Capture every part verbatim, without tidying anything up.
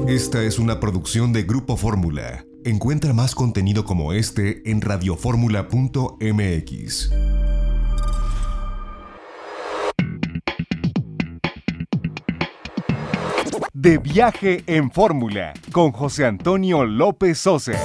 Esta es una producción de Grupo Fórmula. Encuentra más contenido como este en radioformula punto m x. De viaje en Fórmula, con José Antonio López Sosa.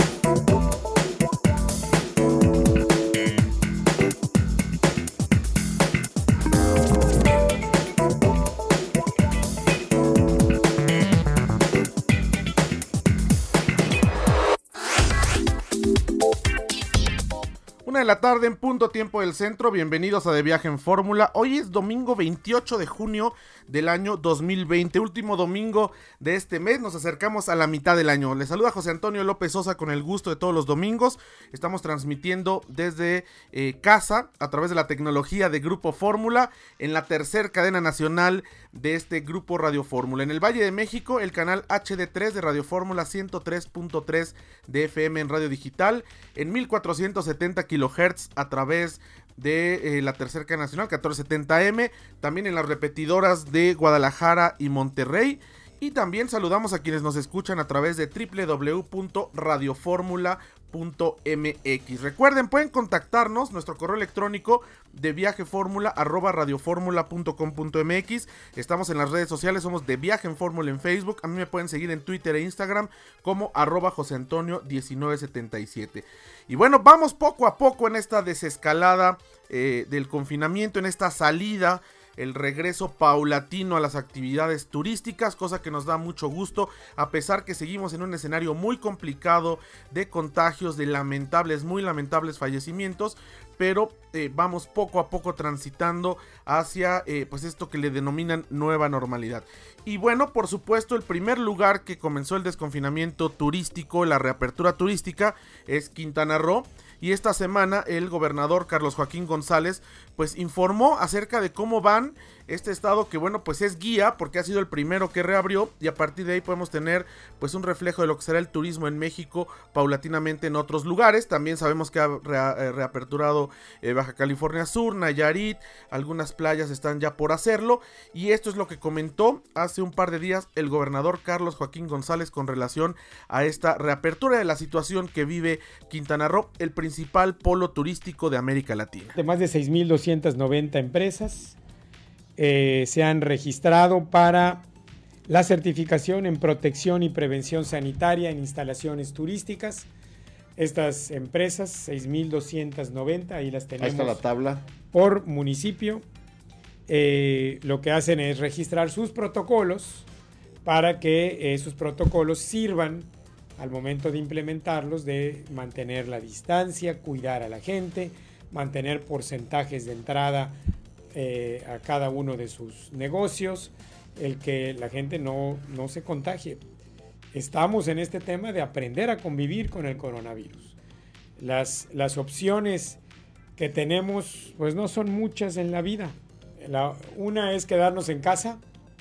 De la tarde en punto tiempo del centro, bienvenidos a De Viaje en Fórmula. Hoy es domingo veintiocho de junio del año dos mil veinte, último domingo de este mes, nos acercamos a la mitad del año. Les saluda José Antonio López Sosa con el gusto de todos los domingos. Estamos transmitiendo desde eh, casa a través de la tecnología de Grupo Fórmula en la tercer cadena nacional de este Grupo Radio Fórmula. En el Valle de México, el canal H D tres de Radio Fórmula, ciento tres punto tres de F M en radio digital, en mil cuatrocientos setenta kilohertz a través de eh, la tercera cadena nacional, catorce setenta M, también en las repetidoras de Guadalajara y Monterrey. Y también saludamos a quienes nos escuchan a través de doble u doble u doble u punto radioformula punto m x. Recuerden, pueden contactarnos, nuestro correo electrónico de viajeformula arroba radioformula punto com punto m x. Estamos en las redes sociales, somos de Viaje en Fórmula en Facebook. A mí me pueden seguir en Twitter e Instagram como arroba José Antonio diecinueve setenta y siete. Y bueno, vamos poco a poco en esta desescalada eh, del confinamiento, en esta salida, el regreso paulatino a las actividades turísticas, cosa que nos da mucho gusto, a pesar que seguimos en un escenario muy complicado de contagios, de lamentables, muy lamentables fallecimientos, pero eh, vamos poco a poco transitando hacia eh, pues esto que le denominan nueva normalidad. Y bueno, por supuesto, el primer lugar que comenzó el desconfinamiento turístico, la reapertura turística, es Quintana Roo. Y esta semana el gobernador Carlos Joaquín González pues informó acerca de cómo van este estado, que bueno, pues es guía porque ha sido el primero que reabrió, y a partir de ahí podemos tener pues un reflejo de lo que será el turismo en México paulatinamente en otros lugares. También sabemos que ha re- reaperturado eh, Baja California Sur, Nayarit, algunas playas están ya por hacerlo, y esto es lo que comentó hace un par de días el gobernador Carlos Joaquín González con relación a esta reapertura de la situación que vive Quintana Roo, el principal polo turístico de América Latina. De más de seis mil doscientas noventa empresas eh, se han registrado para la certificación en protección y prevención sanitaria en instalaciones turísticas. Estas empresas, seis mil doscientas noventa, ahí las tenemos. Ahí está la tabla. Por municipio. Eh, lo que hacen es registrar sus protocolos para que esos protocolos sirvan al momento de implementarlos, de mantener la distancia, cuidar a la gente, mantener porcentajes de entrada eh, a cada uno de sus negocios, el que la gente no, no se contagie. Estamos en este tema de aprender a convivir con el coronavirus. Las, las opciones que tenemos pues no son muchas en la vida. La, una es quedarnos en casa,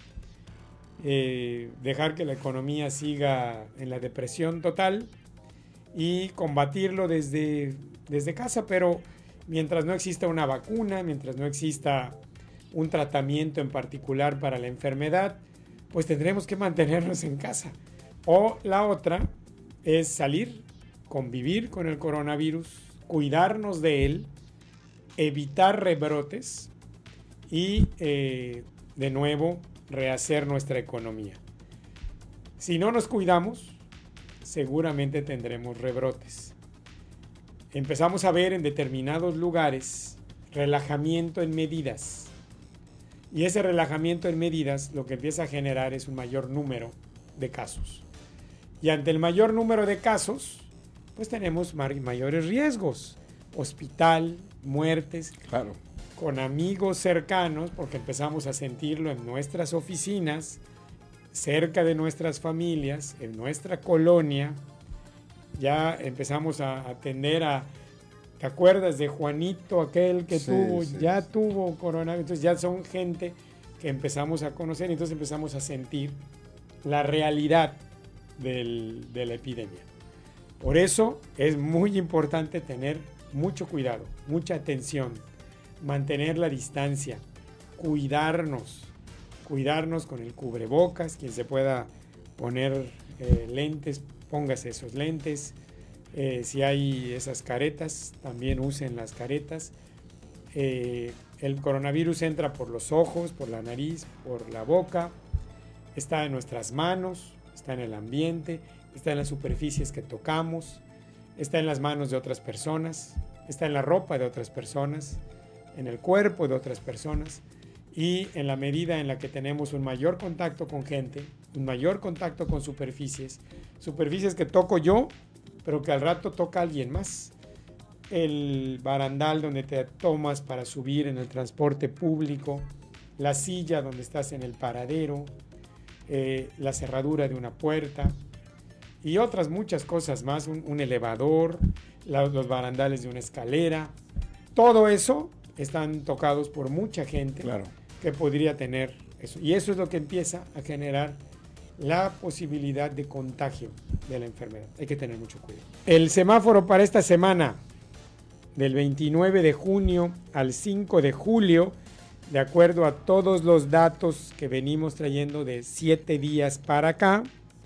Eh, dejar que la economía siga en la depresión total y combatirlo desde, desde casa, pero mientras no exista una vacuna, mientras no exista un tratamiento en particular para la enfermedad, pues tendremos que mantenernos en casa. O la otra es salir, convivir con el coronavirus, cuidarnos de él, evitar rebrotes y eh, de nuevo rehacer nuestra economía. Si no nos cuidamos, seguramente tendremos rebrotes. Empezamos a ver en determinados lugares relajamiento en medidas. Y ese relajamiento en medidas lo que empieza a generar es un mayor número de casos. Y ante el mayor número de casos, pues tenemos mayores riesgos. Hospital, muertes. Claro. Con amigos cercanos, porque empezamos a sentirlo en nuestras oficinas, cerca de nuestras familias, en nuestra colonia. Ya empezamos a atender a, ¿te acuerdas de Juanito, aquel que sí, tuvo, sí, ya sí. tuvo coronavirus? Entonces ya son gente que empezamos a conocer, y entonces empezamos a sentir la realidad del, de la epidemia. Por eso es muy importante tener mucho cuidado, mucha atención, mantener la distancia, cuidarnos, cuidarnos con el cubrebocas, quien se pueda poner eh, lentes, póngase esos lentes. Eh, si hay esas caretas, también usen las caretas. Eh, el coronavirus entra por los ojos, por la nariz, por la boca, está en nuestras manos, está en el ambiente, está en las superficies que tocamos, está en las manos de otras personas, está en la ropa de otras personas, en el cuerpo de otras personas, y en la medida en la que tenemos un mayor contacto con gente, un mayor contacto con superficies, superficies que toco yo, pero que al rato toca alguien más. El barandal donde te tomas para subir en el transporte público, la silla donde estás en el paradero, eh, la cerradura de una puerta y otras muchas cosas más, un, un elevador, la, los barandales de una escalera, todo eso están tocados por mucha gente, claro, que podría tener eso. Y eso es lo que empieza a generar la posibilidad de contagio de la enfermedad. Hay que tener mucho cuidado. El semáforo para esta semana, del veintinueve de junio al cinco de julio, de acuerdo a todos los datos que venimos trayendo de siete días para acá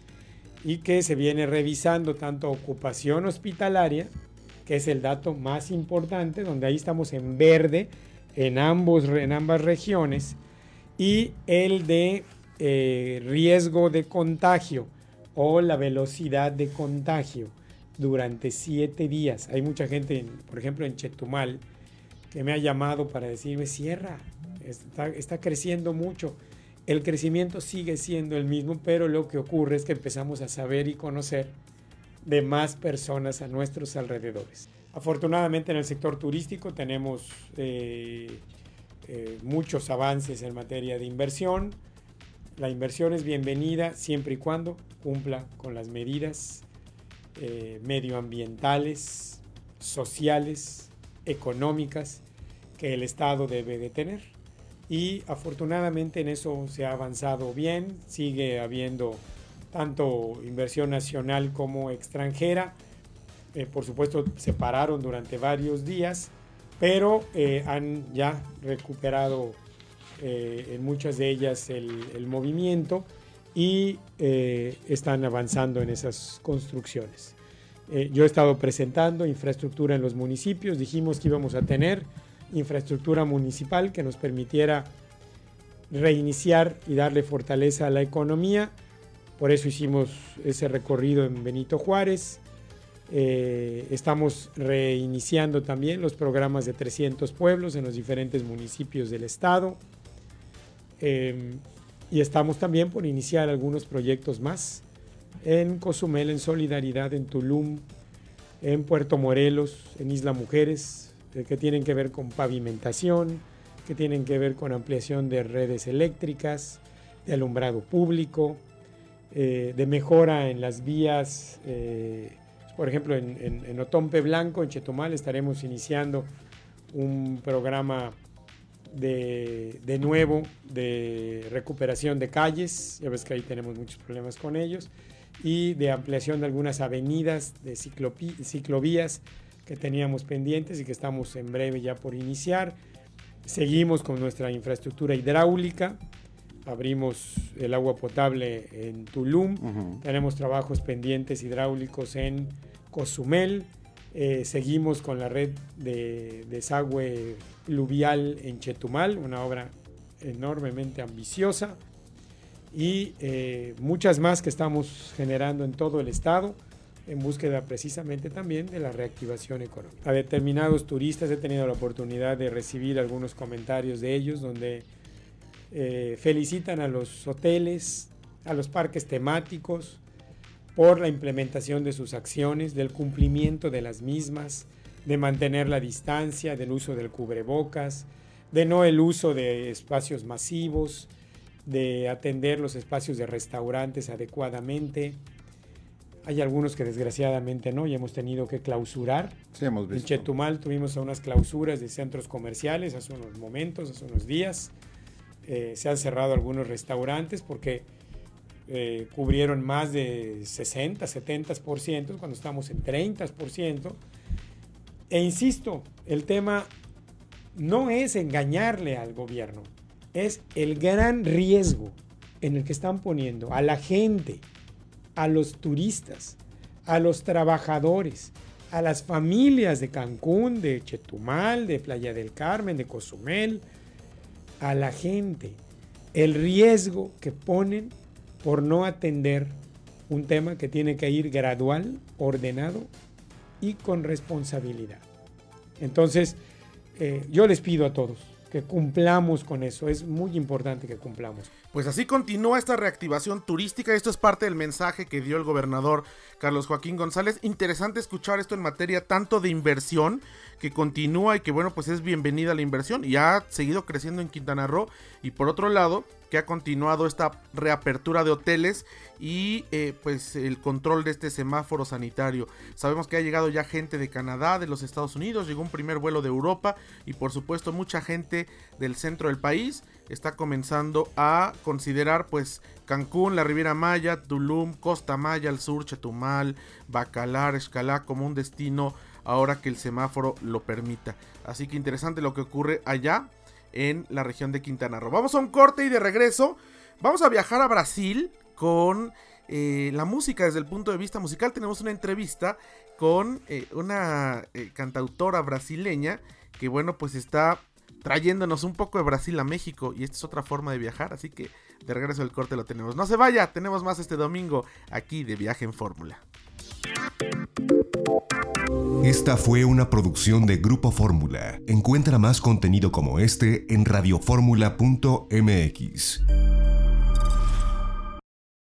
y que se viene revisando tanto ocupación hospitalaria, que es el dato más importante, donde ahí estamos en verde en, ambos, en ambas regiones, y el de eh, riesgo de contagio o la velocidad de contagio durante siete días. Hay mucha gente, por ejemplo en Chetumal, que me ha llamado para decirme, cierra, está, está creciendo mucho. El crecimiento sigue siendo el mismo, pero lo que ocurre es que empezamos a saber y conocer de más personas a nuestros alrededores. Afortunadamente en el sector turístico tenemos eh, eh, muchos avances en materia de inversión. La inversión es bienvenida siempre y cuando cumpla con las medidas eh, medioambientales, sociales, económicas que el Estado debe de tener. Y afortunadamente en eso se ha avanzado bien, sigue habiendo tanto inversión nacional como extranjera. Eh, por supuesto se pararon durante varios días, pero eh, han ya recuperado eh, en muchas de ellas el, el movimiento y eh, están avanzando en esas construcciones. Eh, yo he estado presentando infraestructura en los municipios, dijimos que íbamos a tener infraestructura municipal que nos permitiera reiniciar y darle fortaleza a la economía. Por eso hicimos ese recorrido en Benito Juárez. Eh, estamos reiniciando también los programas de trescientos pueblos en los diferentes municipios del estado. Eh, y estamos también por iniciar algunos proyectos más en Cozumel, en Solidaridad, en Tulum, en Puerto Morelos, en Isla Mujeres, que tienen que ver con pavimentación, que tienen que ver con ampliación de redes eléctricas, de alumbrado público, eh, de mejora en las vías. Eh, por ejemplo, en, en, en Otompe Blanco, en Chetumal, estaremos iniciando un programa de, de nuevo de recuperación de calles, ya ves que ahí tenemos muchos problemas con ellos, y de ampliación de algunas avenidas, de ciclopi, ciclovías, que teníamos pendientes y que estamos en breve ya por iniciar. Seguimos con nuestra infraestructura hidráulica, abrimos el agua potable en Tulum, uh-huh. Tenemos trabajos pendientes hidráulicos en Cozumel, eh, seguimos con la red de desagüe pluvial en Chetumal, una obra enormemente ambiciosa, y eh, muchas más que estamos generando en todo el estado, en búsqueda precisamente también de la reactivación económica. A determinados turistas he tenido la oportunidad de recibir algunos comentarios de ellos donde eh, felicitan a los hoteles, a los parques temáticos por la implementación de sus acciones, del cumplimiento de las mismas, de mantener la distancia, del uso del cubrebocas, de no el uso de espacios masivos, de atender los espacios de restaurantes adecuadamente. Hay algunos que desgraciadamente no, y hemos tenido que clausurar. Sí, hemos visto. En Chetumal tuvimos unas clausuras de centros comerciales hace unos momentos, hace unos días. Eh, se han cerrado algunos restaurantes porque eh, cubrieron más de sesenta, setenta por ciento cuando estamos en treinta por ciento. E insisto, el tema no es engañarle al gobierno, es el gran riesgo en el que están poniendo a la gente, a los turistas, a los trabajadores, a las familias de Cancún, de Chetumal, de Playa del Carmen, de Cozumel, a la gente, el riesgo que ponen por no atender un tema que tiene que ir gradual, ordenado y con responsabilidad. Entonces, eh, yo les pido a todos que cumplamos con eso. Es muy importante que cumplamos. Pues así continúa esta reactivación turística. Esto es parte del mensaje que dio el gobernador Carlos Joaquín González. Interesante escuchar esto en materia tanto de inversión, que continúa y que bueno, pues es bienvenida la inversión y ha seguido creciendo en Quintana Roo. Y por otro lado, que ha continuado esta reapertura de hoteles y eh, pues el control de este semáforo sanitario. Sabemos que ha llegado ya gente de Canadá, de los Estados Unidos, llegó un primer vuelo de Europa y por supuesto mucha gente del centro del país está comenzando a considerar pues Cancún, la Riviera Maya, Tulum, Costa Maya, al sur, Chetumal, Bacalar, Xcalá como un destino ahora que el semáforo lo permita. Así que interesante lo que ocurre allá en la región de Quintana Roo. Vamos a un corte y de regreso vamos a viajar a Brasil con eh, la música desde el punto de vista musical. Tenemos una entrevista con eh, una eh, cantautora brasileña que bueno pues está trayéndonos un poco de Brasil a México y esta es otra forma de viajar, así que de regreso del corte lo tenemos. No se vaya, tenemos más este domingo aquí de Viaje en Fórmula. Esta fue una producción de Grupo Fórmula. Encuentra más contenido como este en radioformula punto m x.